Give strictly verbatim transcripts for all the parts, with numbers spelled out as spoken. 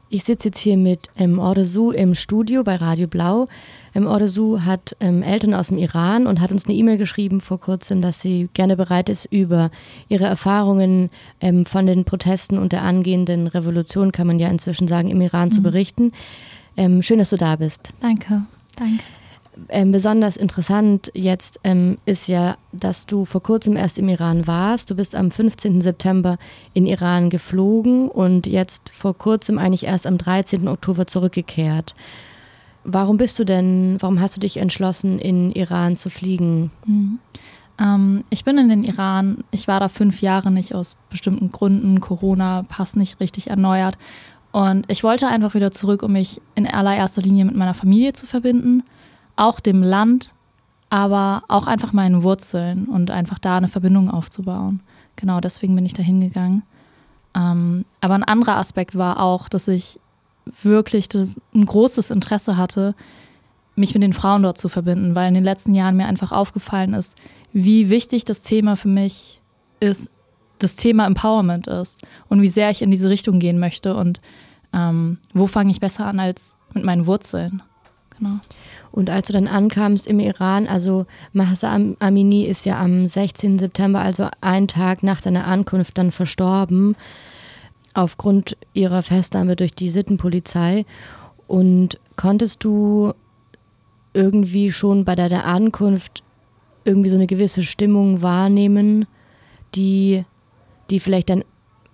Ich sitze jetzt hier mit ähm, Ordesu im Studio bei Radio Blau. Ähm, Ordesu hat ähm, Eltern aus dem Iran und hat uns eine E-Mail geschrieben vor kurzem, dass sie gerne bereit ist, über ihre Erfahrungen ähm, von den Protesten und der angehenden Revolution, kann man ja inzwischen sagen, im Iran mhm. zu berichten. Ähm, schön, dass du da bist. Danke, danke. Ähm, besonders interessant jetzt ähm, ist ja, dass du vor kurzem erst im Iran warst. Du bist am fünfzehnten September in Iran geflogen und jetzt vor kurzem eigentlich erst am dreizehnten Oktober zurückgekehrt. Warum bist du denn, warum hast du dich entschlossen, in Iran zu fliegen? Mhm. Ähm, ich bin in den Iran, ich war da fünf Jahre nicht aus bestimmten Gründen, Corona, Pass nicht richtig erneuert. Und ich wollte einfach wieder zurück, um mich in allererster Linie mit meiner Familie zu verbinden. Auch dem Land, aber auch einfach meinen Wurzeln und einfach da eine Verbindung aufzubauen. Genau, deswegen bin ich da hingegangen. Ähm, aber ein anderer Aspekt war auch, dass ich wirklich das, ein großes Interesse hatte, mich mit den Frauen dort zu verbinden, weil in den letzten Jahren mir einfach aufgefallen ist, wie wichtig das Thema für mich ist, das Thema Empowerment ist und wie sehr ich in diese Richtung gehen möchte und ähm, wo fange ich besser an als mit meinen Wurzeln. Genau. Und als du dann ankamst im Iran, also Mahsa Amini ist ja am sechzehnten September, also einen Tag nach deiner Ankunft, dann verstorben, aufgrund ihrer Festnahme durch die Sittenpolizei. Und konntest du irgendwie schon bei deiner Ankunft irgendwie so eine gewisse Stimmung wahrnehmen, die, die vielleicht dann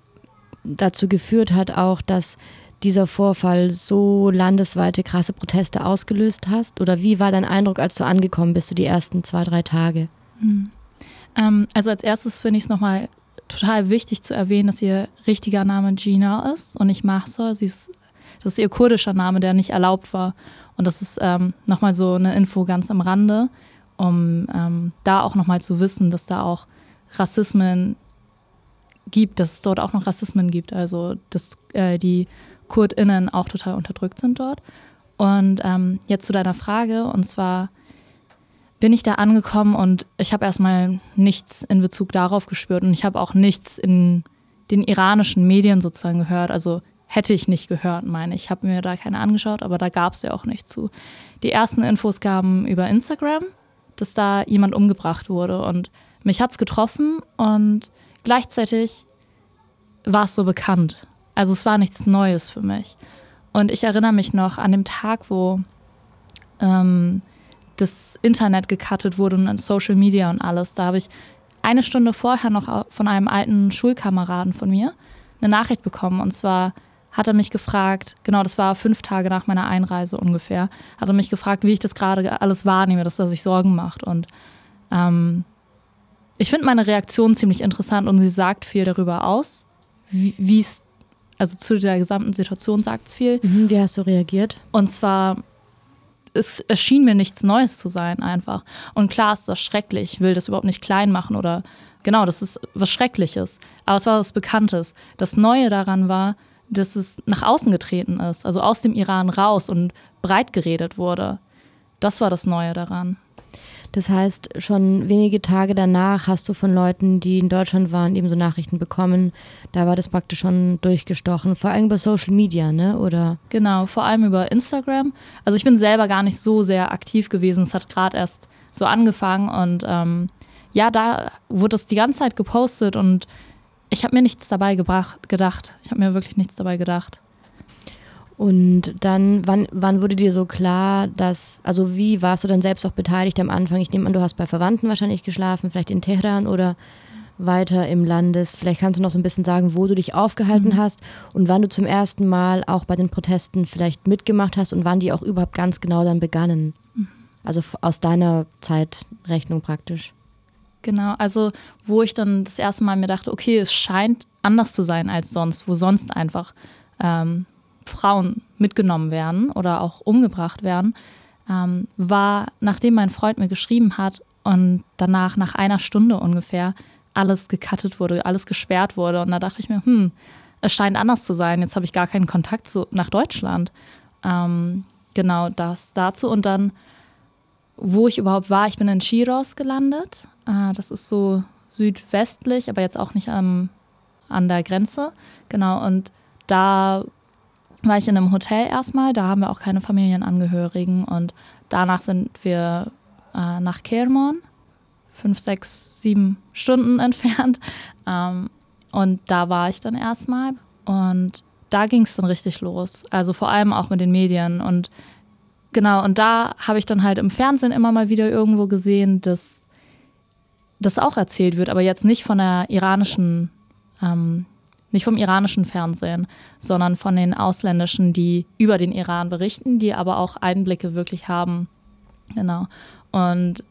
dazu geführt hat auch, dass dieser Vorfall so landesweite krasse Proteste ausgelöst hast? Oder wie war dein Eindruck, als du angekommen bist, so die ersten zwei, drei Tage? Hm. Ähm, also als erstes finde ich es nochmal total wichtig zu erwähnen, dass ihr richtiger Name Gina ist und nicht Mahsa. Sie ist, das ist ihr kurdischer Name, der nicht erlaubt war. Und das ist ähm, nochmal so eine Info ganz am Rande, um ähm, da auch nochmal zu wissen, dass da auch Rassismen gibt, dass es dort auch noch Rassismen gibt. Also dass äh, die KurdInnen auch total unterdrückt sind dort. Und ähm, jetzt zu deiner Frage, und zwar bin ich da angekommen und ich habe erstmal nichts in Bezug darauf gespürt und ich habe auch nichts in den iranischen Medien sozusagen gehört, also hätte ich nicht gehört, meine ich. Ich habe mir da keine angeschaut, aber da gab es ja auch nichts zu. Die ersten Infos kamen über Instagram, dass da jemand umgebracht wurde und mich hat es getroffen und gleichzeitig war es so bekannt. Also es war nichts Neues für mich. Und ich erinnere mich noch an dem Tag, wo ähm, das Internet gecuttet wurde und Social Media und alles. Da habe ich eine Stunde vorher noch von einem alten Schulkameraden von mir eine Nachricht bekommen. Und zwar hat er mich gefragt, genau, das war fünf Tage nach meiner Einreise ungefähr, hat er mich gefragt, wie ich das gerade alles wahrnehme, dass er sich Sorgen macht. Und ähm, ich finde meine Reaktion ziemlich interessant und sie sagt viel darüber aus, wie es Also zu der gesamten Situation sagt es viel. Mhm, wie hast du reagiert? Und zwar, es erschien mir nichts Neues zu sein einfach. Und klar ist das schrecklich, ich will das überhaupt nicht klein machen oder genau, das ist was Schreckliches. Aber es war was Bekanntes. Das Neue daran war, dass es nach außen getreten ist, also aus dem Iran raus und breit geredet wurde. Das war das Neue daran. Das heißt, schon wenige Tage danach hast du von Leuten, die in Deutschland waren, eben so Nachrichten bekommen. Da war das praktisch schon durchgestochen. Vor allem über Social Media, ne? Oder? Genau, vor allem über Instagram. Also ich bin selber gar nicht so sehr aktiv gewesen. Es hat gerade erst so angefangen. Und ähm, ja, da wurde es die ganze Zeit gepostet. Und ich habe mir nichts dabei gebracht, gedacht. Ich habe mir wirklich nichts dabei gedacht. Und dann, wann, wann wurde dir so klar, dass, also wie warst du dann selbst auch beteiligt am Anfang? Ich nehme an, du hast bei Verwandten wahrscheinlich geschlafen, vielleicht in Teheran oder weiter im Landes. Vielleicht kannst du noch so ein bisschen sagen, wo du dich aufgehalten mhm. hast und wann du zum ersten Mal auch bei den Protesten vielleicht mitgemacht hast und wann die auch überhaupt ganz genau dann begannen. Mhm. Also aus deiner Zeitrechnung praktisch. Genau, also wo ich dann das erste Mal mir dachte, okay, es scheint anders zu sein als sonst, wo sonst einfach ähm, Frauen mitgenommen werden oder auch umgebracht werden, ähm, war, nachdem mein Freund mir geschrieben hat und danach nach einer Stunde ungefähr alles gecuttet wurde, alles gesperrt wurde. Und da dachte ich mir, hm, es scheint anders zu sein. Jetzt habe ich gar keinen Kontakt zu, nach Deutschland. Ähm, genau das dazu. Und dann, wo ich überhaupt war, ich bin in Schiros gelandet. Äh, das ist so südwestlich, aber jetzt auch nicht am, an der Grenze. Genau, und da war ich in einem Hotel erstmal, da haben wir auch keine Familienangehörigen und danach sind wir äh, nach Kerman, fünf, sechs, sieben Stunden entfernt ähm, und da war ich dann erstmal und da ging es dann richtig los, also vor allem auch mit den Medien und genau, und da habe ich dann halt im Fernsehen immer mal wieder irgendwo gesehen, dass das auch erzählt wird, aber jetzt nicht von der iranischen ähm, Nicht vom iranischen Fernsehen, sondern von den ausländischen, die über den Iran berichten, die aber auch Einblicke wirklich haben. Genau. Und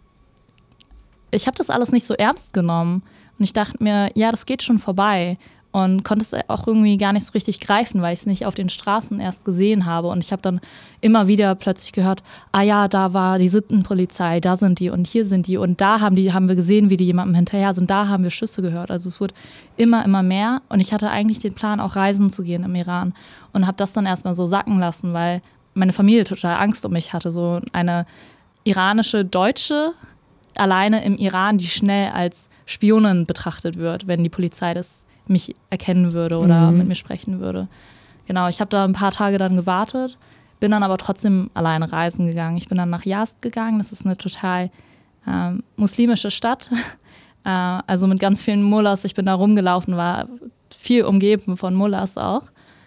ich habe das alles nicht so ernst genommen. Und ich dachte mir, ja, das geht schon vorbei. Und konnte es auch irgendwie gar nicht so richtig greifen, weil ich es nicht auf den Straßen erst gesehen habe. Und ich habe dann immer wieder plötzlich gehört, ah ja, da war die Sittenpolizei, da sind die und hier sind die. Und da haben die haben wir gesehen, wie die jemandem hinterher sind. Da haben wir Schüsse gehört. Also es wurde immer, immer mehr. Und ich hatte eigentlich den Plan, auch reisen zu gehen im Iran. Und habe das dann erstmal so sacken lassen, weil meine Familie total Angst um mich hatte. So eine iranische Deutsche alleine im Iran, die schnell als Spionin betrachtet wird, wenn die Polizei das mich erkennen würde oder mhm. mit mir sprechen würde. Genau, ich habe da ein paar Tage dann gewartet, bin dann aber trotzdem alleine reisen gegangen. Ich bin dann nach Yazd gegangen, das ist eine total ähm, muslimische Stadt, äh, also mit ganz vielen Mullahs. Ich bin da rumgelaufen, war viel umgeben von Mullahs auch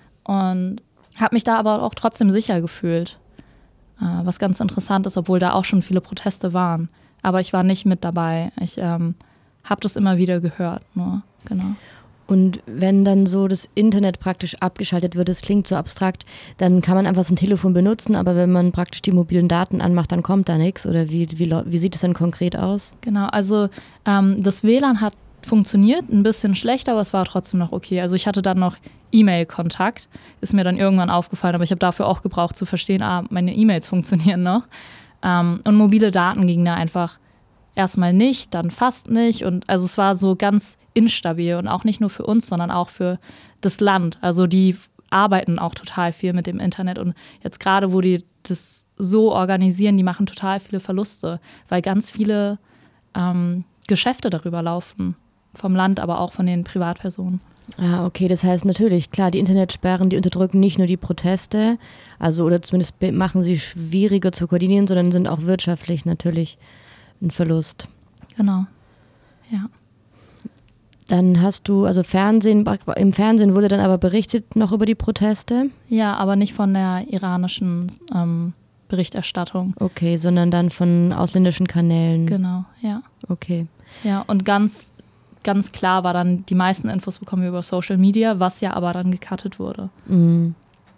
und habe mich da aber auch trotzdem sicher gefühlt, äh, was ganz interessant ist, obwohl da auch schon viele Proteste waren. Aber ich war nicht mit dabei. Ich ähm, habe das immer wieder gehört, nur, genau. Und wenn dann so das Internet praktisch abgeschaltet wird, das klingt so abstrakt, dann kann man einfach sein Telefon benutzen, aber wenn man praktisch die mobilen Daten anmacht, dann kommt da nichts. Oder wie, wie, wie sieht es dann konkret aus? Genau, also ähm, das W L A N hat funktioniert, ein bisschen schlechter, aber es war trotzdem noch okay. Also ich hatte dann noch E-Mail-Kontakt, ist mir dann irgendwann aufgefallen, aber ich habe dafür auch gebraucht zu verstehen, ah, meine E-Mails funktionieren noch. Ähm, und mobile Daten gingen da einfach erstmal nicht, dann fast nicht. Und also es war so ganz instabil und auch nicht nur für uns, sondern auch für das Land. Also die arbeiten auch total viel mit dem Internet und jetzt gerade, wo die das so organisieren, die machen total viele Verluste, weil ganz viele ähm, Geschäfte darüber laufen, vom Land, aber auch von den Privatpersonen. Ah, okay, das heißt natürlich, klar, die Internetsperren, die unterdrücken nicht nur die Proteste, also oder zumindest machen sie schwieriger zu koordinieren, sondern sind auch wirtschaftlich natürlich ein Verlust. Genau, ja. Dann hast du, also Fernsehen, im Fernsehen wurde dann aber berichtet noch über die Proteste? Ja, aber nicht von der iranischen ähm, Berichterstattung. Okay, sondern dann von ausländischen Kanälen. Genau, ja. Okay. Ja, und ganz, ganz klar war dann, die meisten Infos bekommen wir über Social Media, was ja aber dann gecuttet wurde. Mhm.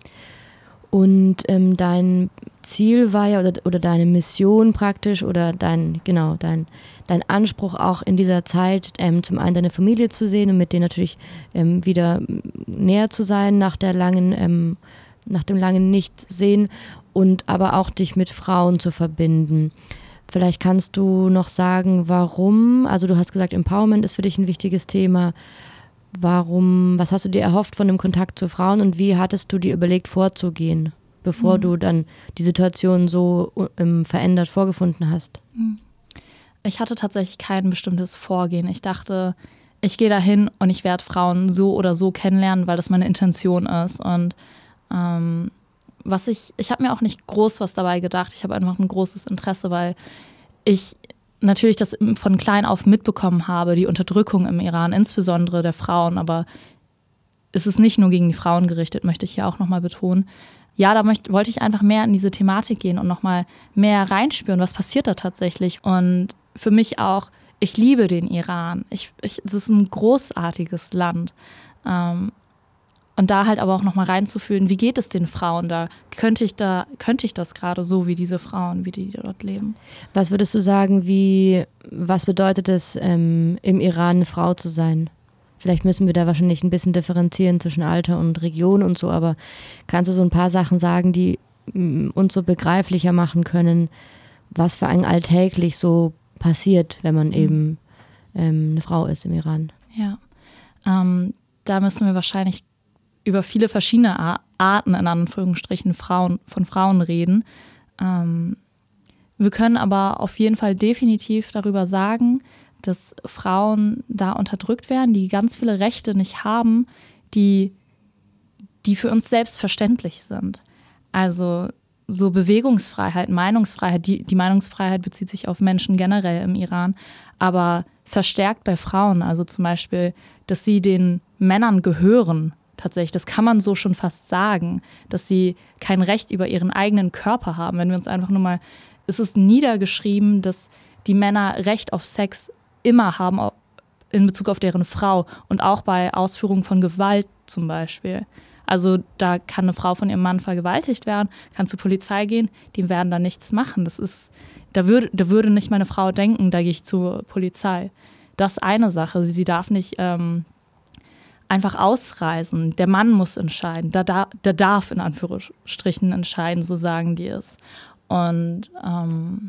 Und ähm, dein Ziel war ja, oder, oder deine Mission praktisch, oder dein, genau, dein, dein Anspruch auch in dieser Zeit, ähm, zum einen deine Familie zu sehen und mit denen natürlich ähm, wieder näher zu sein nach der langen, ähm, nach dem langen Nichtsehen und aber auch dich mit Frauen zu verbinden. Vielleicht kannst du noch sagen, warum, also du hast gesagt, Empowerment ist für dich ein wichtiges Thema. Warum, was hast du dir erhofft von dem Kontakt zu Frauen und wie hattest du dir überlegt vorzugehen, bevor mhm. du dann die Situation so ähm, verändert vorgefunden hast? Ich hatte tatsächlich kein bestimmtes Vorgehen. Ich dachte, ich gehe dahin und ich werde Frauen so oder so kennenlernen, weil das meine Intention ist. Und ähm, was ich, ich habe mir auch nicht groß was dabei gedacht. Ich habe einfach ein großes Interesse, weil ich natürlich das von klein auf mitbekommen habe, die Unterdrückung im Iran, insbesondere der Frauen, aber es ist nicht nur gegen die Frauen gerichtet, möchte ich hier auch nochmal betonen. Ja, da möchte, wollte ich einfach mehr in diese Thematik gehen und nochmal mehr reinspüren, was passiert da tatsächlich. Und für mich auch, ich liebe den Iran. Ich, ich, es ist ein großartiges Land. Ähm, Und da halt aber auch nochmal reinzufühlen, wie geht es den Frauen da? Könnte ich da, könnte ich das gerade so wie diese Frauen, wie die dort leben? Was würdest du sagen, wie, was bedeutet es, ähm, im Iran eine Frau zu sein? Vielleicht müssen wir da wahrscheinlich ein bisschen differenzieren zwischen Alter und Region und so, aber kannst du so ein paar Sachen sagen, die m, uns so begreiflicher machen können, was für ein alltäglich so passiert, wenn man mhm. eben ähm, eine Frau ist im Iran? Ja, ähm, da müssen wir wahrscheinlich über viele verschiedene Arten, in Anführungsstrichen, Frauen, von Frauen reden. Ähm, wir können aber auf jeden Fall definitiv darüber sagen, dass Frauen da unterdrückt werden, die ganz viele Rechte nicht haben, die die für uns selbstverständlich sind. Also so Bewegungsfreiheit, Meinungsfreiheit, die, die Meinungsfreiheit bezieht sich auf Menschen generell im Iran, aber verstärkt bei Frauen, also zum Beispiel, dass sie den Männern gehören, tatsächlich, das kann man so schon fast sagen, dass sie kein Recht über ihren eigenen Körper haben. Wenn wir uns einfach nur mal, es ist niedergeschrieben, dass die Männer Recht auf Sex immer haben in Bezug auf deren Frau und auch bei Ausführung von Gewalt zum Beispiel. Also da kann eine Frau von ihrem Mann vergewaltigt werden, kann zur Polizei gehen, die werden da nichts machen. Das ist, da würde, da würde nicht meine Frau denken, da gehe ich zur Polizei. Das ist eine Sache. Sie darf nicht ähm, einfach ausreisen. Der Mann muss entscheiden. Der, da, der darf in Anführungsstrichen entscheiden, so sagen die es. Und ähm,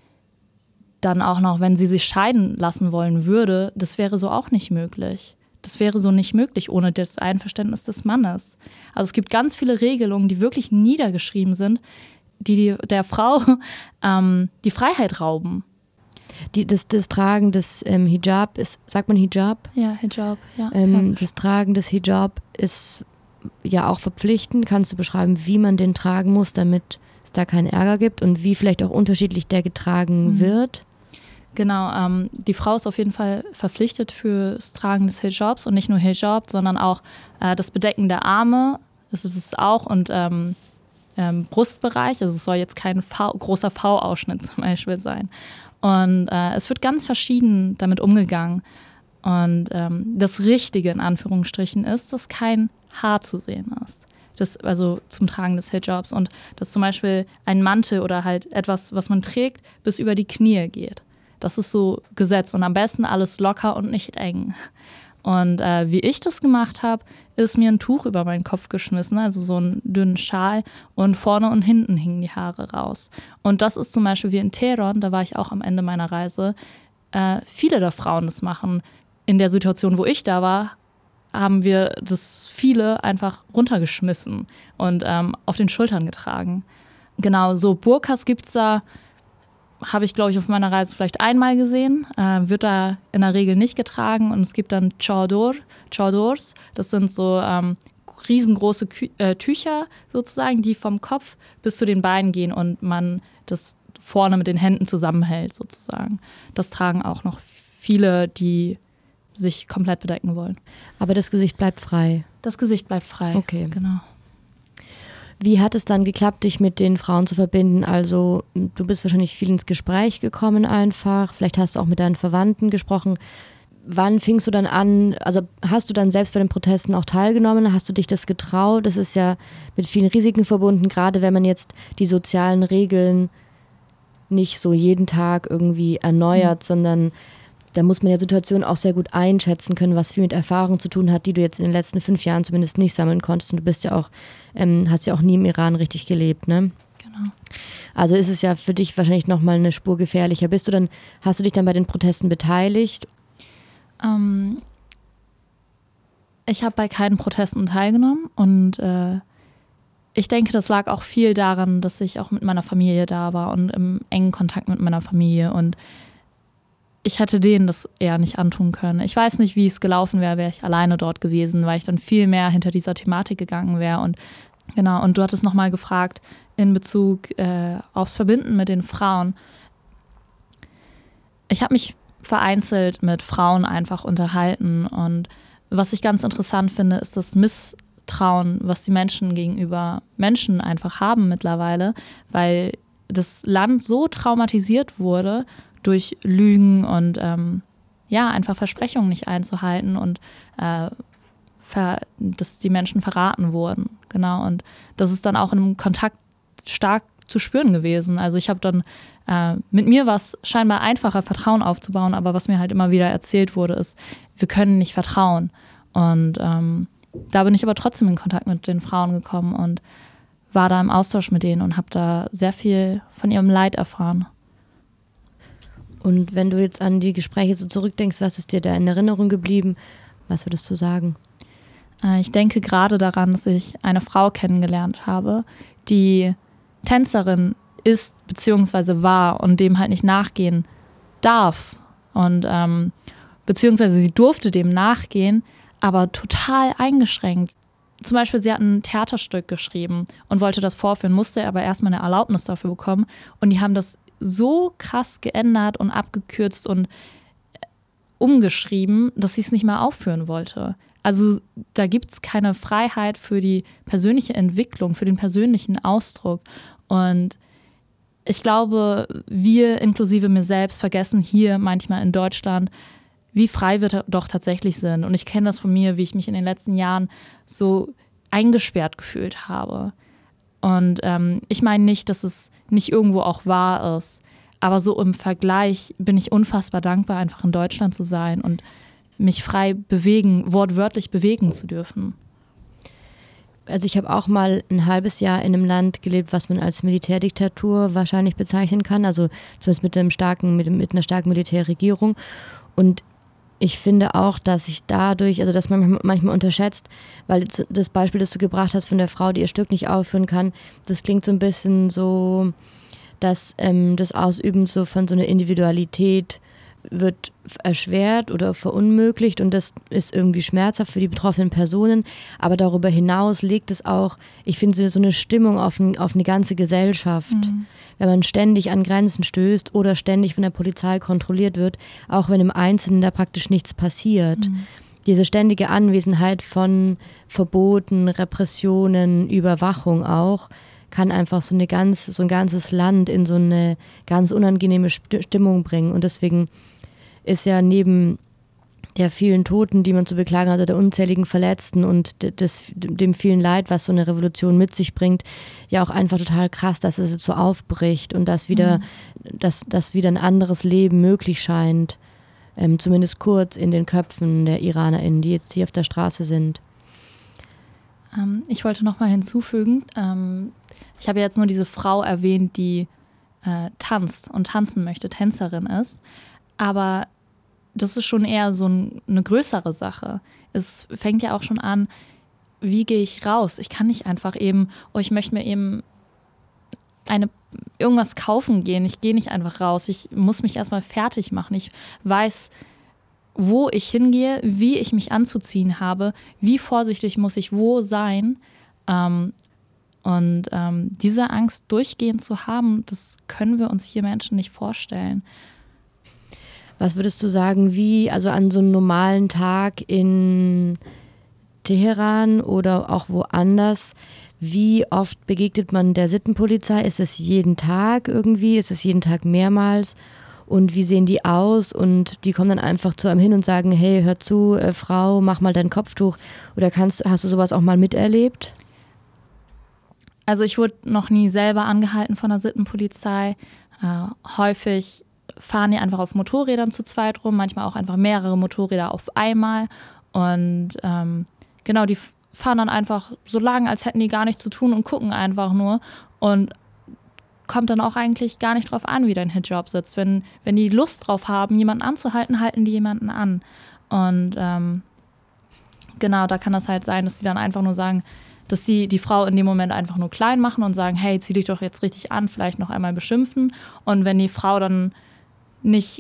dann auch noch, wenn sie sich scheiden lassen wollen würde, das wäre so auch nicht möglich. Das wäre so nicht möglich ohne das Einverständnis des Mannes. Also es gibt ganz viele Regelungen, die wirklich niedergeschrieben sind, die, die der Frau ähm, die Freiheit rauben. Die, das, das Tragen des ähm, Hijab ist, sagt man Hijab? Ja, Hijab, ja. Ähm, das Tragen des Hijab ist ja auch verpflichtend. Kannst du beschreiben, wie man den tragen muss, damit es da keinen Ärger gibt und wie vielleicht auch unterschiedlich der getragen mhm. wird? Genau, ähm, die Frau ist auf jeden Fall verpflichtet für das Tragen des Hijabs und nicht nur Hijab, sondern auch äh, das Bedecken der Arme, das ist es auch, und ähm, ähm, Brustbereich, also es soll jetzt kein v, großer V-Ausschnitt zum Beispiel sein. Und äh, es wird ganz verschieden damit umgegangen. Und ähm, das Richtige in Anführungsstrichen ist, dass kein Haar zu sehen ist. Das, also zum Tragen des Hijabs und dass zum Beispiel ein Mantel oder halt etwas, was man trägt, bis über die Knie geht. Das ist so Gesetz und am besten alles locker und nicht eng. Und äh, wie ich das gemacht habe, ist mir ein Tuch über meinen Kopf geschmissen, also so einen dünnen Schal und vorne und hinten hingen die Haare raus. Und das ist zum Beispiel wie in Teheran, da war ich auch am Ende meiner Reise, äh, viele der Frauen das machen. In der Situation, wo ich da war, haben wir das viele einfach runtergeschmissen und ähm, auf den Schultern getragen. Genau, so Burkas gibt es da, habe ich, glaube ich, auf meiner Reise vielleicht einmal gesehen, äh, wird da in der Regel nicht getragen. Und es gibt dann Chador, Chadors, das sind so ähm, riesengroße Kü- äh, Tücher sozusagen, die vom Kopf bis zu den Beinen gehen und man das vorne mit den Händen zusammenhält sozusagen. Das tragen auch noch viele, die sich komplett bedecken wollen. Aber das Gesicht bleibt frei? Das Gesicht bleibt frei, okay. Genau. Wie hat es dann geklappt, dich mit den Frauen zu verbinden? Also du bist wahrscheinlich viel ins Gespräch gekommen einfach. Vielleicht hast du auch mit deinen Verwandten gesprochen. Wann fingst du dann an, also hast du dann selbst bei den Protesten auch teilgenommen? Hast du dich das getraut? Das ist ja mit vielen Risiken verbunden, gerade wenn man jetzt die sozialen Regeln nicht so jeden Tag irgendwie erneuert, mhm. sondern da muss man ja Situationen auch sehr gut einschätzen können, was viel mit Erfahrung zu tun hat, die du jetzt in den letzten fünf Jahren zumindest nicht sammeln konntest. Und du bist ja auch, ähm, hast ja auch nie im Iran richtig gelebt, ne? Genau. Also ist es ja für dich wahrscheinlich nochmal eine Spur gefährlicher. Bist du dann, hast du dich dann bei den Protesten beteiligt? Ähm, ich habe bei keinen Protesten teilgenommen und äh, ich denke, das lag auch viel daran, dass ich auch mit meiner Familie da war und im engen Kontakt mit meiner Familie und ich hätte denen das eher nicht antun können. Ich weiß nicht, wie es gelaufen wäre, wäre ich alleine dort gewesen, weil ich dann viel mehr hinter dieser Thematik gegangen wäre. Und genau, und du hattest nochmal gefragt in Bezug äh, aufs Verbinden mit den Frauen. Ich habe mich vereinzelt mit Frauen einfach unterhalten. Und was ich ganz interessant finde, ist das Misstrauen, was die Menschen gegenüber Menschen einfach haben mittlerweile, weil das Land so traumatisiert wurde durch Lügen und ähm, ja, einfach Versprechungen nicht einzuhalten und äh, ver- dass die Menschen verraten wurden. Genau, und das ist dann auch in einem Kontakt stark zu spüren gewesen. Also ich habe dann, äh, mit mir war es scheinbar einfacher, Vertrauen aufzubauen, aber was mir halt immer wieder erzählt wurde, ist, wir können nicht vertrauen. Und ähm, da bin ich aber trotzdem in Kontakt mit den Frauen gekommen und war da im Austausch mit denen und habe da sehr viel von ihrem Leid erfahren. Und wenn du jetzt an die Gespräche so zurückdenkst, was ist dir da in Erinnerung geblieben? Was würdest du sagen? Ich denke gerade daran, dass ich eine Frau kennengelernt habe, die Tänzerin ist bzw. war und dem halt nicht nachgehen darf. Und ähm, beziehungsweise sie durfte dem nachgehen, aber total eingeschränkt. zum Beispiel, sie hat ein Theaterstück geschrieben und wollte das vorführen, musste aber erstmal eine Erlaubnis dafür bekommen. Und die haben das so krass geändert und abgekürzt und umgeschrieben, dass sie es nicht mehr aufführen wollte. Also da gibt es keine Freiheit für die persönliche Entwicklung, für den persönlichen Ausdruck. Und ich glaube, wir inklusive mir selbst vergessen hier manchmal in Deutschland, wie frei wir doch tatsächlich sind. Und ich kenne das von mir, wie ich mich in den letzten Jahren so eingesperrt gefühlt habe. Und ähm, ich meine nicht, dass es nicht irgendwo auch wahr ist. Aber so im Vergleich bin ich unfassbar dankbar, einfach in Deutschland zu sein und mich frei bewegen, wortwörtlich bewegen zu dürfen. Also ich habe auch mal ein halbes Jahr in einem Land gelebt, was man als Militärdiktatur wahrscheinlich bezeichnen kann. Also zumindest mit, einem starken, mit, mit einer starken Militärregierung. Und ich finde auch, dass sich dadurch, also dass man manchmal unterschätzt, weil das Beispiel, das du gebracht hast von der Frau, die ihr Stück nicht aufführen kann, das klingt so ein bisschen so, dass ähm, das Ausüben so von so einer Individualität wird erschwert oder verunmöglicht und das ist irgendwie schmerzhaft für die betroffenen Personen, aber darüber hinaus legt es auch, ich finde, so eine Stimmung auf, ein, auf eine ganze Gesellschaft. Mhm. Wenn man ständig an Grenzen stößt oder ständig von der Polizei kontrolliert wird, auch wenn im Einzelnen da praktisch nichts passiert. Mhm. Diese ständige Anwesenheit von Verboten, Repressionen, Überwachung auch, kann einfach so, eine ganz, so ein ganzes Land in so eine ganz unangenehme Stimmung bringen. Und deswegen ist ja neben der vielen Toten, die man zu beklagen hat, oder der unzähligen Verletzten und des, dem vielen Leid, was so eine Revolution mit sich bringt, ja auch einfach total krass, dass es jetzt so aufbricht und dass wieder, mhm. dass, dass wieder ein anderes Leben möglich scheint, ähm, zumindest kurz in den Köpfen der IranerInnen, die jetzt hier auf der Straße sind. Ähm, ich wollte noch mal hinzufügen, ähm, ich habe jetzt nur diese Frau erwähnt, die äh, tanzt und tanzen möchte, Tänzerin ist. Aber das ist schon eher so ein, eine größere Sache. Es fängt ja auch schon an, wie gehe ich raus? Ich kann nicht einfach eben, oh, ich möchte mir eben eine, irgendwas kaufen gehen. Ich gehe nicht einfach raus. Ich muss mich erstmal fertig machen. Ich weiß, wo ich hingehe, wie ich mich anzuziehen habe, wie vorsichtig muss ich wo sein. Ähm, Und ähm, diese Angst durchgehend zu haben, das können wir uns hier Menschen nicht vorstellen. Was würdest du sagen, wie, also an so einem normalen Tag in Teheran oder auch woanders, wie oft begegnet man der Sittenpolizei? Ist es jeden Tag irgendwie? Ist es jeden Tag mehrmals? Und wie sehen die aus? Und die kommen dann einfach zu einem hin und sagen, hey, hör zu, äh, Frau, mach mal dein Kopftuch. Oder kannst, hast du sowas auch mal miterlebt? Also ich wurde noch nie selber angehalten von der Sittenpolizei. Äh, häufig fahren die einfach auf Motorrädern zu zweit rum, manchmal auch einfach mehrere Motorräder auf einmal. Und ähm, genau, die fahren dann einfach so lang, als hätten die gar nichts zu tun und gucken einfach nur. Und kommt dann auch eigentlich gar nicht drauf an, wie dein Hijab sitzt. Wenn, wenn die Lust drauf haben, jemanden anzuhalten, halten die jemanden an. Und ähm, genau, da kann das halt sein, dass die dann einfach nur sagen, dass die die Frau in dem Moment einfach nur klein machen und sagen, hey, zieh dich doch jetzt richtig an, vielleicht noch einmal beschimpfen. Und wenn die Frau dann nicht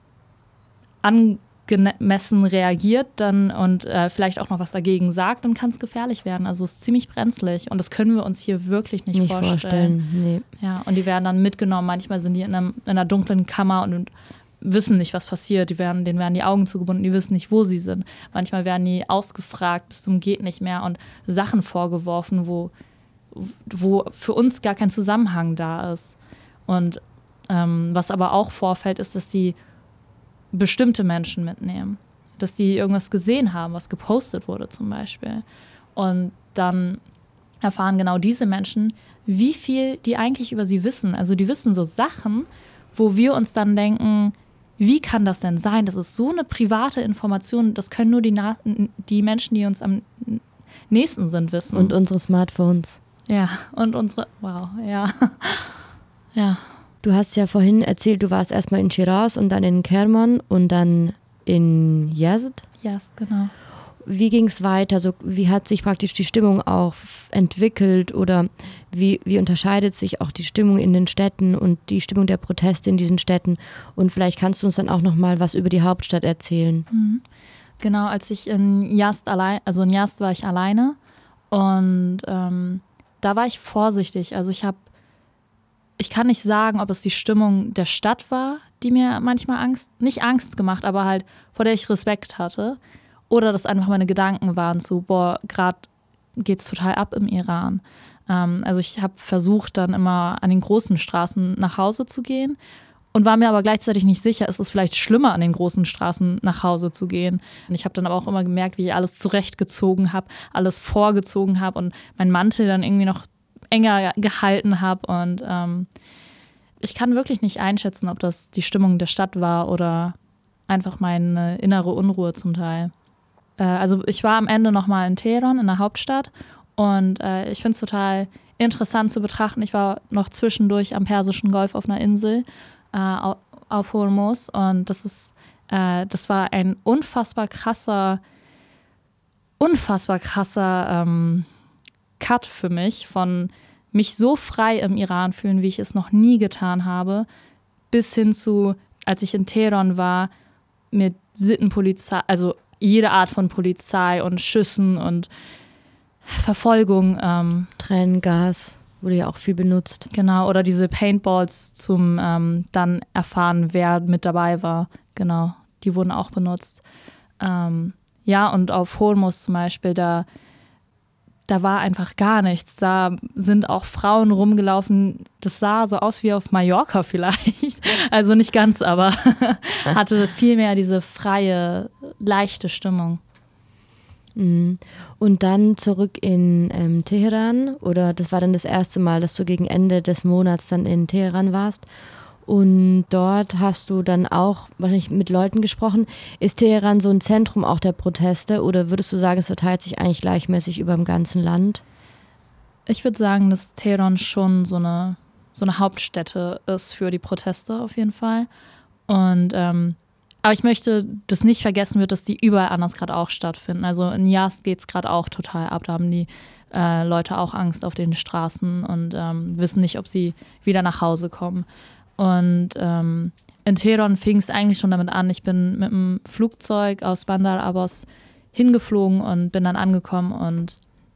angemessen reagiert dann und äh, vielleicht auch noch was dagegen sagt, dann kann es gefährlich werden. Also es ist ziemlich brenzlig und das können wir uns hier wirklich nicht, nicht vorstellen. vorstellen. Nee. Ja, und die werden dann mitgenommen. Manchmal sind die in, einem, in einer dunklen Kammer und wissen nicht, was passiert. Die werden, denen werden die Augen zugebunden, die wissen nicht, wo sie sind. Manchmal werden die ausgefragt bis zum geht nicht mehr und Sachen vorgeworfen, wo, wo für uns gar kein Zusammenhang da ist. Und ähm, was aber auch vorfällt, ist, dass die bestimmte Menschen mitnehmen. Dass die irgendwas gesehen haben, was gepostet wurde zum Beispiel. Und dann erfahren genau diese Menschen, wie viel die eigentlich über sie wissen. Also die wissen so Sachen, wo wir uns dann denken, wie kann das denn sein? Das ist so eine private Information, das können nur die, Na- die Menschen, die uns am nächsten sind, wissen. Und unsere Smartphones. Ja, und unsere, wow, ja. Ja. Du hast ja vorhin erzählt, du warst erstmal in Shiraz und dann in Kerman und dann in Yazd. Yazd, genau. Wie ging es weiter? Also wie hat sich praktisch die Stimmung auch entwickelt oder wie, wie unterscheidet sich auch die Stimmung in den Städten und die Stimmung der Proteste in diesen Städten? Und vielleicht kannst du uns dann auch noch mal was über die Hauptstadt erzählen. Mhm. Genau, als ich in Yazd allein, also in Yazd war ich alleine Und ähm, da war ich vorsichtig. Also ich habe, ich kann nicht sagen, ob es die Stimmung der Stadt war, die mir manchmal Angst, nicht Angst gemacht, aber halt vor der ich Respekt hatte. Oder dass einfach meine Gedanken waren so, boah, gerade geht's total ab im Iran. Ähm, also ich habe versucht, dann immer an den großen Straßen nach Hause zu gehen und war mir aber gleichzeitig nicht sicher, ist es vielleicht schlimmer, an den großen Straßen nach Hause zu gehen. Und ich habe dann aber auch immer gemerkt, wie ich alles zurechtgezogen habe, alles vorgezogen habe und meinen Mantel dann irgendwie noch enger gehalten habe. Und ähm, ich kann wirklich nicht einschätzen, ob das die Stimmung der Stadt war oder einfach meine innere Unruhe zum Teil. Äh, also ich war am Ende nochmal in Teheran, in der Hauptstadt. Und äh, ich finde es total interessant zu betrachten. Ich war noch zwischendurch am Persischen Golf auf einer Insel äh, auf Hormuz und das ist, äh, das war ein unfassbar krasser, unfassbar krasser ähm, Cut für mich, von mich so frei im Iran fühlen, wie ich es noch nie getan habe, bis hin zu, als ich in Teheran war, mit Sittenpolizei, also jede Art von Polizei und Schüssen und Verfolgung. Ähm, Tränengas wurde ja auch viel benutzt. Genau, oder diese Paintballs zum ähm, dann erfahren, wer mit dabei war. Genau, die wurden auch benutzt. Ähm, ja, und auf Hormuz zum Beispiel, da, da war einfach gar nichts. Da sind auch Frauen rumgelaufen, das sah so aus wie auf Mallorca vielleicht. Also nicht ganz, aber hatte viel mehr diese freie, leichte Stimmung. Und dann zurück in ähm, Teheran, oder das war dann das erste Mal, dass du gegen Ende des Monats dann in Teheran warst und dort hast du dann auch wahrscheinlich mit Leuten gesprochen. Ist Teheran so ein Zentrum auch der Proteste oder würdest du sagen, es verteilt sich eigentlich gleichmäßig über dem ganzen Land? Ich würde sagen, dass Teheran schon so eine, so eine Hauptstätte ist für die Proteste auf jeden Fall. Und ähm, aber ich möchte, dass nicht vergessen wird, dass die überall anders gerade auch stattfinden. Also in Yazd geht es gerade auch total ab. Da haben die äh, Leute auch Angst auf den Straßen und ähm, wissen nicht, ob sie wieder nach Hause kommen. Und ähm, in Teheran fing es eigentlich schon damit an. Ich bin mit einem Flugzeug aus Bandar Abbas hingeflogen und bin dann angekommen und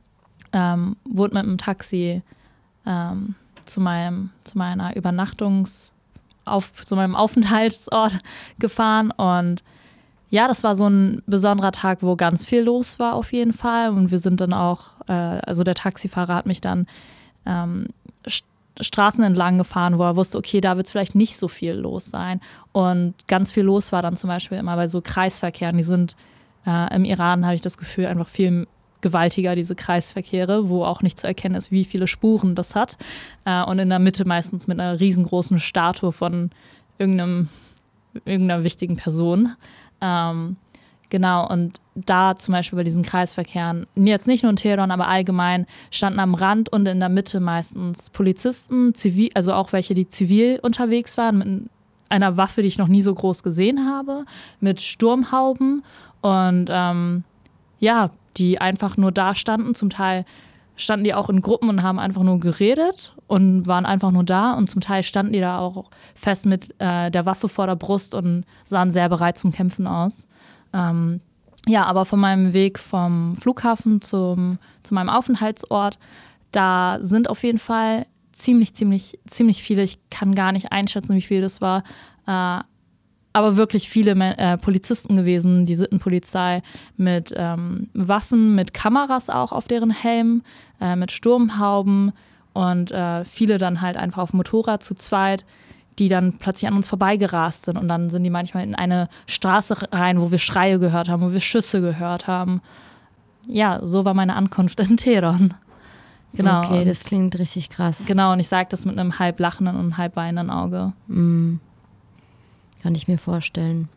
ähm, wurde mit einem Taxi ähm, zu, meinem, zu meiner Übernachtungs- auf zu meinem Aufenthaltsort gefahren und ja, das war so ein besonderer Tag, wo ganz viel los war auf jeden Fall und wir sind dann auch, äh, also der Taxifahrer hat mich dann ähm, st- Straßen entlang gefahren, wo er wusste, okay, da wird es vielleicht nicht so viel los sein und ganz viel los war dann zum Beispiel immer bei so Kreisverkehren, die sind äh, im Iran, habe ich das Gefühl, einfach viel gewaltiger, diese Kreisverkehre, wo auch nicht zu erkennen ist, wie viele Spuren das hat. Äh, und in der Mitte meistens mit einer riesengroßen Statue von irgendeinem, irgendeiner wichtigen Person. Ähm, genau, und da zum Beispiel bei diesen Kreisverkehren, jetzt nicht nur in Teheran, aber allgemein, standen am Rand und in der Mitte meistens Polizisten, zivil, also auch welche, die zivil unterwegs waren, mit einer Waffe, die ich noch nie so groß gesehen habe, mit Sturmhauben und ähm, ja, die einfach nur da standen. Zum Teil standen die auch in Gruppen und haben einfach nur geredet und waren einfach nur da. Und zum Teil standen die da auch fest mit äh, der Waffe vor der Brust und sahen sehr bereit zum Kämpfen aus. Ähm, ja, aber von meinem Weg vom Flughafen zum, zu meinem Aufenthaltsort, da sind auf jeden Fall ziemlich, ziemlich, ziemlich viele. Ich kann gar nicht einschätzen, wie viel das war. Äh, aber wirklich viele äh, Polizisten gewesen, die Sittenpolizei mit ähm, Waffen, mit Kameras auch auf deren Helmen, äh, mit Sturmhauben und äh, viele dann halt einfach auf dem Motorrad zu zweit, die dann plötzlich an uns vorbeigerast sind und dann sind die manchmal in eine Straße rein, wo wir Schreie gehört haben, wo wir Schüsse gehört haben. Ja, so war meine Ankunft in Teheran. Genau. Okay, das klingt richtig krass. Genau, und ich sage das mit einem halb lachenden und halb weinenden Auge. Mm. Kann ich mir vorstellen.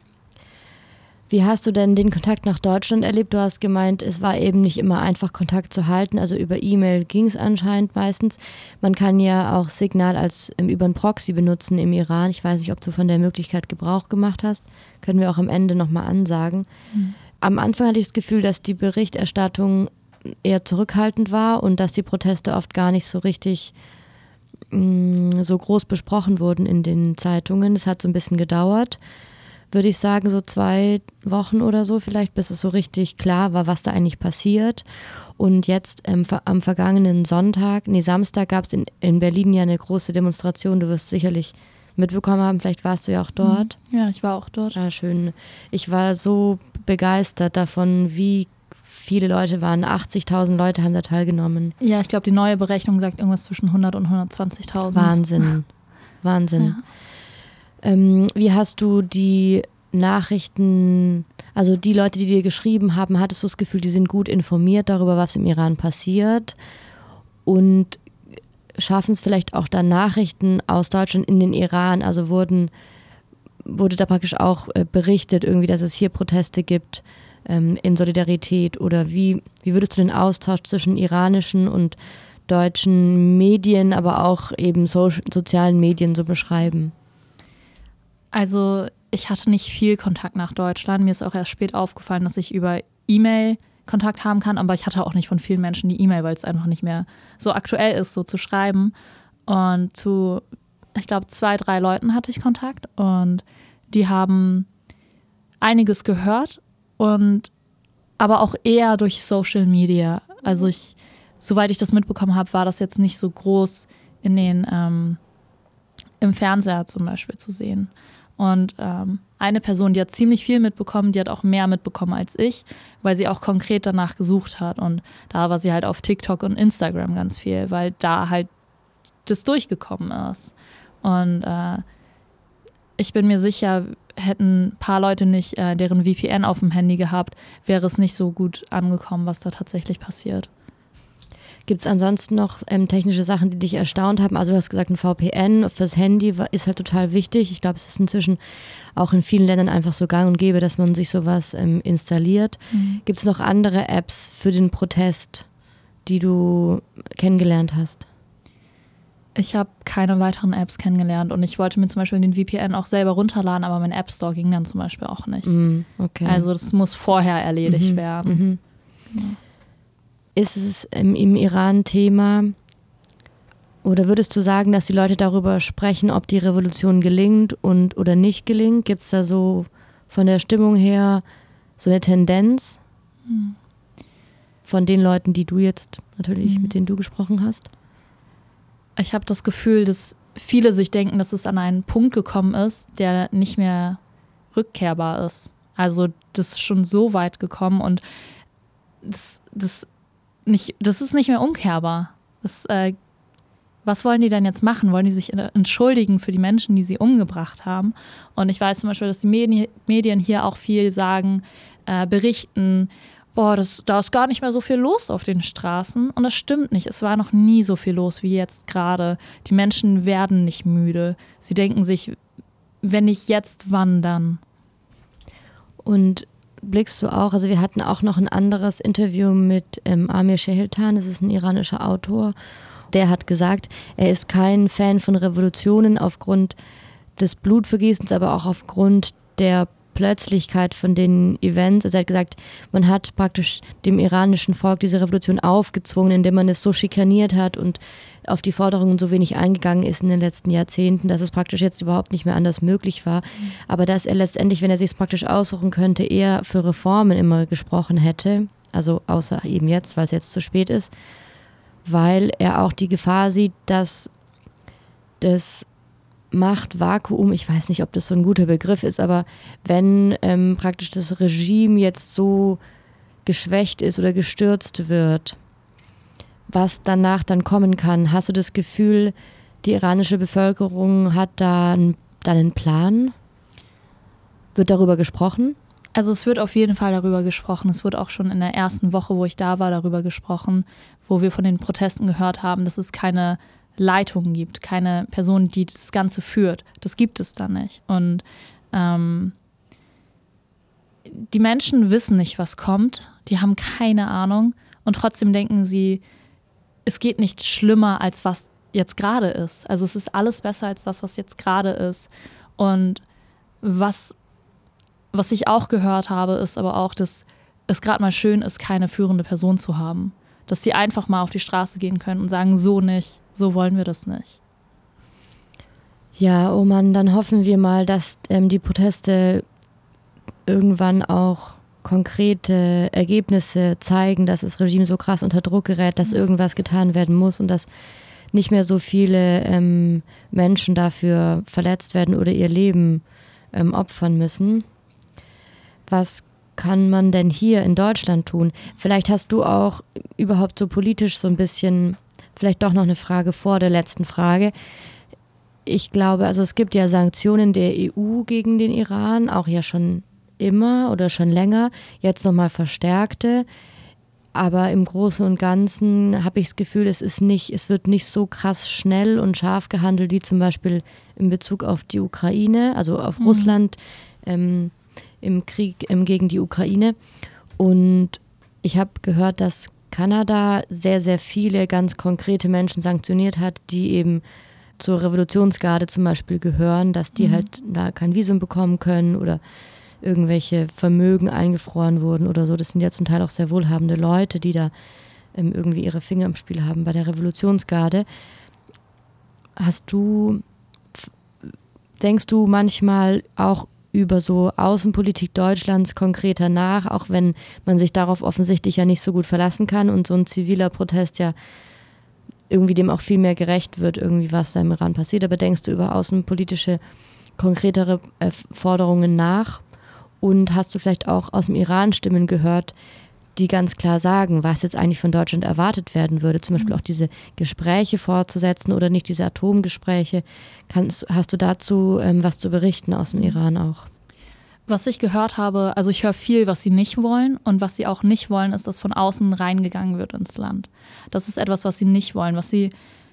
Wie hast du denn den Kontakt nach Deutschland erlebt? Du hast gemeint, es war eben nicht immer einfach, Kontakt zu halten. Also über E-Mail ging es anscheinend meistens. Man kann ja auch Signal als ähm, über einen Proxy benutzen im Iran. Ich weiß nicht, ob du von der Möglichkeit Gebrauch gemacht hast. Können wir auch am Ende nochmal ansagen. Mhm. Am Anfang hatte ich das Gefühl, dass die Berichterstattung eher zurückhaltend war und dass die Proteste oft gar nicht so richtig mh, so groß besprochen wurden in den Zeitungen. Es hat so ein bisschen gedauert. Würde ich sagen, so zwei Wochen oder so vielleicht, bis es so richtig klar war, was da eigentlich passiert. Und jetzt ähm, am vergangenen Sonntag, nee, Samstag gab es in, in Berlin ja eine große Demonstration. Du wirst sicherlich mitbekommen haben, vielleicht warst du ja auch dort. Ja, ich war auch dort. Ja, schön. Ich war so begeistert davon, wie viele Leute waren. achtzigtausend Leute haben da teilgenommen. Ja, ich glaube, die neue Berechnung sagt irgendwas zwischen hundert und hundertzwanzigtausend. Wahnsinn. Wahnsinn. Ja. Ähm, wie hast du die Nachrichten, also die Leute, die dir geschrieben haben, hattest du das Gefühl, die sind gut informiert darüber, was im Iran passiert und schaffen es vielleicht auch dann Nachrichten aus Deutschland in den Iran, also wurden, wurde da praktisch auch äh, berichtet irgendwie, dass es hier Proteste gibt ähm, in Solidarität oder wie, wie würdest du den Austausch zwischen iranischen und deutschen Medien, aber auch eben so, sozialen Medien so beschreiben? Also ich hatte nicht viel Kontakt nach Deutschland. Mir ist auch erst spät aufgefallen, dass ich über E-Mail Kontakt haben kann, aber ich hatte auch nicht von vielen Menschen die E-Mail, weil es einfach nicht mehr so aktuell ist, so zu schreiben. Und zu, ich glaube, zwei, drei Leuten hatte ich Kontakt und die haben einiges gehört und aber auch eher durch Social Media. Also ich, soweit ich das mitbekommen habe, war das jetzt nicht so groß in den ähm, im Fernseher zum Beispiel zu sehen. Und ähm, eine Person, die hat ziemlich viel mitbekommen, die hat auch mehr mitbekommen als ich, weil sie auch konkret danach gesucht hat. Und da war sie halt auf TikTok und Instagram ganz viel, weil da halt das durchgekommen ist. Und äh, ich bin mir sicher, hätten ein paar Leute nicht äh, deren V P N auf dem Handy gehabt, wäre es nicht so gut angekommen, was da tatsächlich passiert. Gibt es ansonsten noch ähm, technische Sachen, die dich erstaunt haben? Also du hast gesagt, ein V P N fürs Handy ist halt total wichtig. Ich glaube, es ist inzwischen auch in vielen Ländern einfach so gang und gäbe, dass man sich sowas ähm, installiert. Mhm. Gibt es noch andere Apps für den Protest, die du kennengelernt hast? Ich habe keine weiteren Apps kennengelernt und ich wollte mir zum Beispiel den V P N auch selber runterladen, aber mein App Store ging dann zum Beispiel auch nicht. Mhm, okay. Also das muss vorher erledigt mhm, werden. Mhm. Ja. Ist es im, im Iran Thema oder würdest du sagen, dass die Leute darüber sprechen, ob die Revolution gelingt und oder nicht gelingt? Gibt es da so von der Stimmung her so eine Tendenz hm. von den Leuten, die du jetzt natürlich, hm. mit denen du gesprochen hast? Ich habe das Gefühl, dass viele sich denken, dass es an einen Punkt gekommen ist, der nicht mehr rückkehrbar ist. Also das ist schon so weit gekommen und das, das Nicht, das ist nicht mehr umkehrbar. Das, äh, was wollen die denn jetzt machen? Wollen die sich entschuldigen für die Menschen, die sie umgebracht haben? Und ich weiß zum Beispiel, dass die Medi- Medien hier auch viel sagen, äh, berichten, boah, das, da ist gar nicht mehr so viel los auf den Straßen. Und das stimmt nicht. Es war noch nie so viel los wie jetzt gerade. Die Menschen werden nicht müde. Sie denken sich, wenn nicht jetzt, wann dann? Und blickst du auch, also wir hatten auch noch ein anderes Interview mit ähm, Amir Shehiltan, das ist ein iranischer Autor, der hat gesagt, er ist kein Fan von Revolutionen aufgrund des Blutvergießens, aber auch aufgrund der Plötzlichkeit von den Events. Also er hat gesagt, man hat praktisch dem iranischen Volk diese Revolution aufgezwungen, indem man es so schikaniert hat und auf die Forderungen so wenig eingegangen ist in den letzten Jahrzehnten, dass es praktisch jetzt überhaupt nicht mehr anders möglich war. Mhm. Aber dass er letztendlich, wenn er sich es praktisch aussuchen könnte, eher für Reformen immer gesprochen hätte, also außer eben jetzt, weil es jetzt zu spät ist, weil er auch die Gefahr sieht, dass das Machtvakuum, ich weiß nicht, ob das so ein guter Begriff ist, aber wenn ähm, praktisch das Regime jetzt so geschwächt ist oder gestürzt wird, was danach dann kommen kann, hast du das Gefühl, die iranische Bevölkerung hat da einen, da einen Plan? Wird darüber gesprochen? Also es wird auf jeden Fall darüber gesprochen. Es wird auch schon in der ersten Woche, wo ich da war, darüber gesprochen, wo wir von den Protesten gehört haben, dass es keine Leitung gibt, keine Person, die das Ganze führt. Das gibt es da nicht. Und ähm, die Menschen wissen nicht, was kommt. Die haben keine Ahnung. Und trotzdem denken sie, es geht nicht schlimmer, als was jetzt gerade ist. Also es ist alles besser als das, was jetzt gerade ist. Und was, was ich auch gehört habe, ist aber auch, dass es gerade mal schön ist, keine führende Person zu haben. Dass sie einfach mal auf die Straße gehen können und sagen, so nicht, so wollen wir das nicht. Ja, oh Mann, dann hoffen wir mal, dass ähm, die Proteste irgendwann auch konkrete Ergebnisse zeigen, dass das Regime so krass unter Druck gerät, dass irgendwas getan werden muss und dass nicht mehr so viele ähm, Menschen dafür verletzt werden oder ihr Leben ähm, opfern müssen. Was kann man denn hier in Deutschland tun? Vielleicht hast du auch überhaupt so politisch so ein bisschen, vielleicht doch noch eine Frage vor der letzten Frage. Ich glaube, also es gibt ja Sanktionen der E U gegen den Iran, auch ja schon immer oder schon länger, jetzt nochmal verstärkte. Aber im Großen und Ganzen habe ich das Gefühl, es ist nicht, es wird nicht so krass schnell und scharf gehandelt wie zum Beispiel in Bezug auf die Ukraine, also auf mhm. Russland ähm, im Krieg ähm, gegen die Ukraine. Und ich habe gehört, dass Kanada sehr, sehr viele ganz konkrete Menschen sanktioniert hat, die eben zur Revolutionsgarde zum Beispiel gehören, dass die mhm. halt da kein Visum bekommen können oder irgendwelche Vermögen eingefroren wurden oder so. Das sind ja zum Teil auch sehr wohlhabende Leute, die da ähm, irgendwie ihre Finger im Spiel haben bei der Revolutionsgarde. Hast du, denkst du manchmal auch über so Außenpolitik Deutschlands konkreter nach, auch wenn man sich darauf offensichtlich ja nicht so gut verlassen kann und so ein ziviler Protest ja irgendwie dem auch viel mehr gerecht wird, irgendwie was da im Iran passiert. Aber denkst du über außenpolitische, konkretere äh, Forderungen nach? Und hast du vielleicht auch aus dem Iran Stimmen gehört, die ganz klar sagen, was jetzt eigentlich von Deutschland erwartet werden würde, zum Beispiel auch diese Gespräche fortzusetzen oder nicht diese Atomgespräche. Kannst, hast du dazu ähm, was zu berichten aus dem Iran auch? Was ich gehört habe, also ich höre viel, was sie nicht wollen und was sie auch nicht wollen, ist, dass von außen reingegangen wird ins Land. Das ist etwas, was sie nicht wollen. Was sie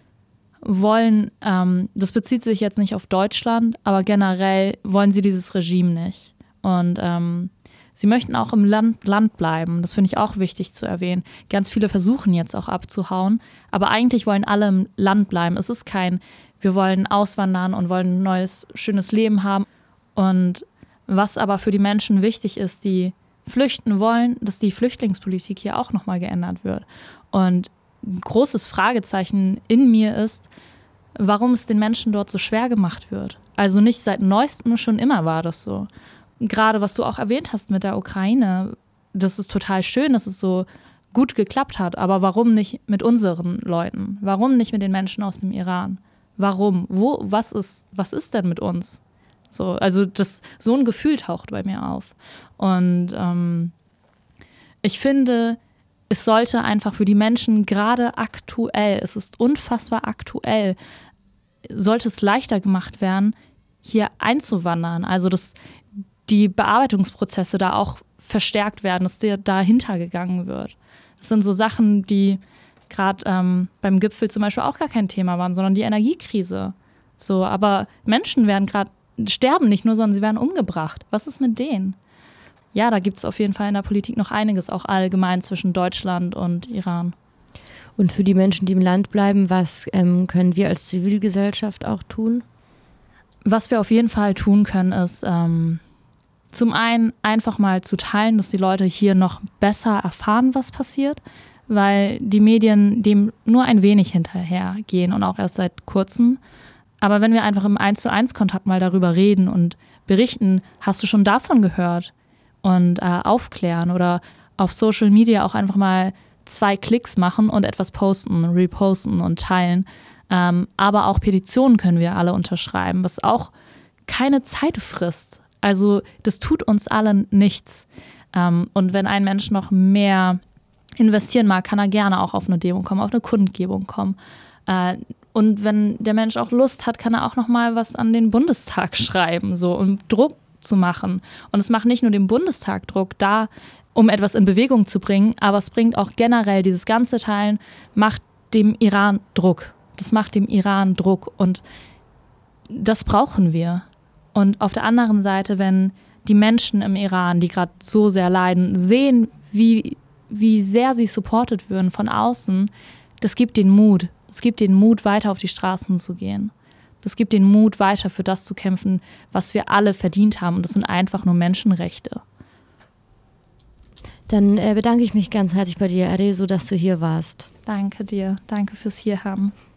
wollen, ähm, das bezieht sich jetzt nicht auf Deutschland, aber generell wollen sie dieses Regime nicht. Und ähm, sie möchten auch im Land, Land bleiben. Das finde ich auch wichtig zu erwähnen. Ganz viele versuchen jetzt auch abzuhauen, aber eigentlich wollen alle im Land bleiben. Es ist kein, wir wollen auswandern und wollen ein neues, schönes Leben haben. Und was aber für die Menschen wichtig ist, die flüchten wollen, dass die Flüchtlingspolitik hier auch nochmal geändert wird. Und ein großes Fragezeichen in mir ist, warum es den Menschen dort so schwer gemacht wird. Also nicht seit Neuestem, schon immer war das so. Gerade was du auch erwähnt hast mit der Ukraine, das ist total schön, dass es so gut geklappt hat. Aber warum nicht mit unseren Leuten? Warum nicht mit den Menschen aus dem Iran? Warum? Wo? Was ist, was ist denn mit uns? So, also das, so ein Gefühl taucht bei mir auf. Und ähm, ich finde, es sollte einfach für die Menschen gerade aktuell, es ist unfassbar aktuell, sollte es leichter gemacht werden, hier einzuwandern. Also dass die Bearbeitungsprozesse da auch verstärkt werden, dass der dahinter gegangen wird. Das sind so Sachen, die gerade ähm, beim Gipfel zum Beispiel auch gar kein Thema waren, sondern die Energiekrise. So, aber Menschen werden gerade sterben nicht nur, sondern sie werden umgebracht. Was ist mit denen? Ja, da gibt es auf jeden Fall in der Politik noch einiges, auch allgemein zwischen Deutschland und Iran. Und für die Menschen, die im Land bleiben, was ähm, können wir als Zivilgesellschaft auch tun? Was wir auf jeden Fall tun können, ist ähm, zum einen einfach mal zu teilen, dass die Leute hier noch besser erfahren, was passiert, weil die Medien dem nur ein wenig hinterhergehen und auch erst seit kurzem. Aber wenn wir einfach im eins zu eins Kontakt mal darüber reden und berichten, hast du schon davon gehört und äh, aufklären oder auf Social Media auch einfach mal zwei Klicks machen und etwas posten, reposten und teilen. Ähm, aber auch Petitionen können wir alle unterschreiben, was auch keine Zeit frisst. Also das tut uns allen nichts. Ähm, und wenn ein Mensch noch mehr investieren mag, kann er gerne auch auf eine Demo kommen, auf eine Kundgebung kommen. Äh, und wenn der Mensch auch Lust hat, kann er auch noch mal was an den Bundestag schreiben, so um Druck zu machen. Und es macht nicht nur dem Bundestag Druck, da um etwas in Bewegung zu bringen, aber es bringt auch generell dieses ganze Teilen, macht dem Iran Druck. Das macht dem Iran Druck und das brauchen wir. Und auf der anderen Seite, wenn die Menschen im Iran, die gerade so sehr leiden, sehen, wie, wie sehr sie supported würden von außen, das gibt den Mut. Es gibt den Mut, weiter auf die Straßen zu gehen. Das gibt den Mut, weiter für das zu kämpfen, was wir alle verdient haben. Und das sind einfach nur Menschenrechte. Dann äh, bedanke ich mich ganz herzlich bei dir, Arezo, dass du hier warst. Danke dir. Danke fürs Hierhaben.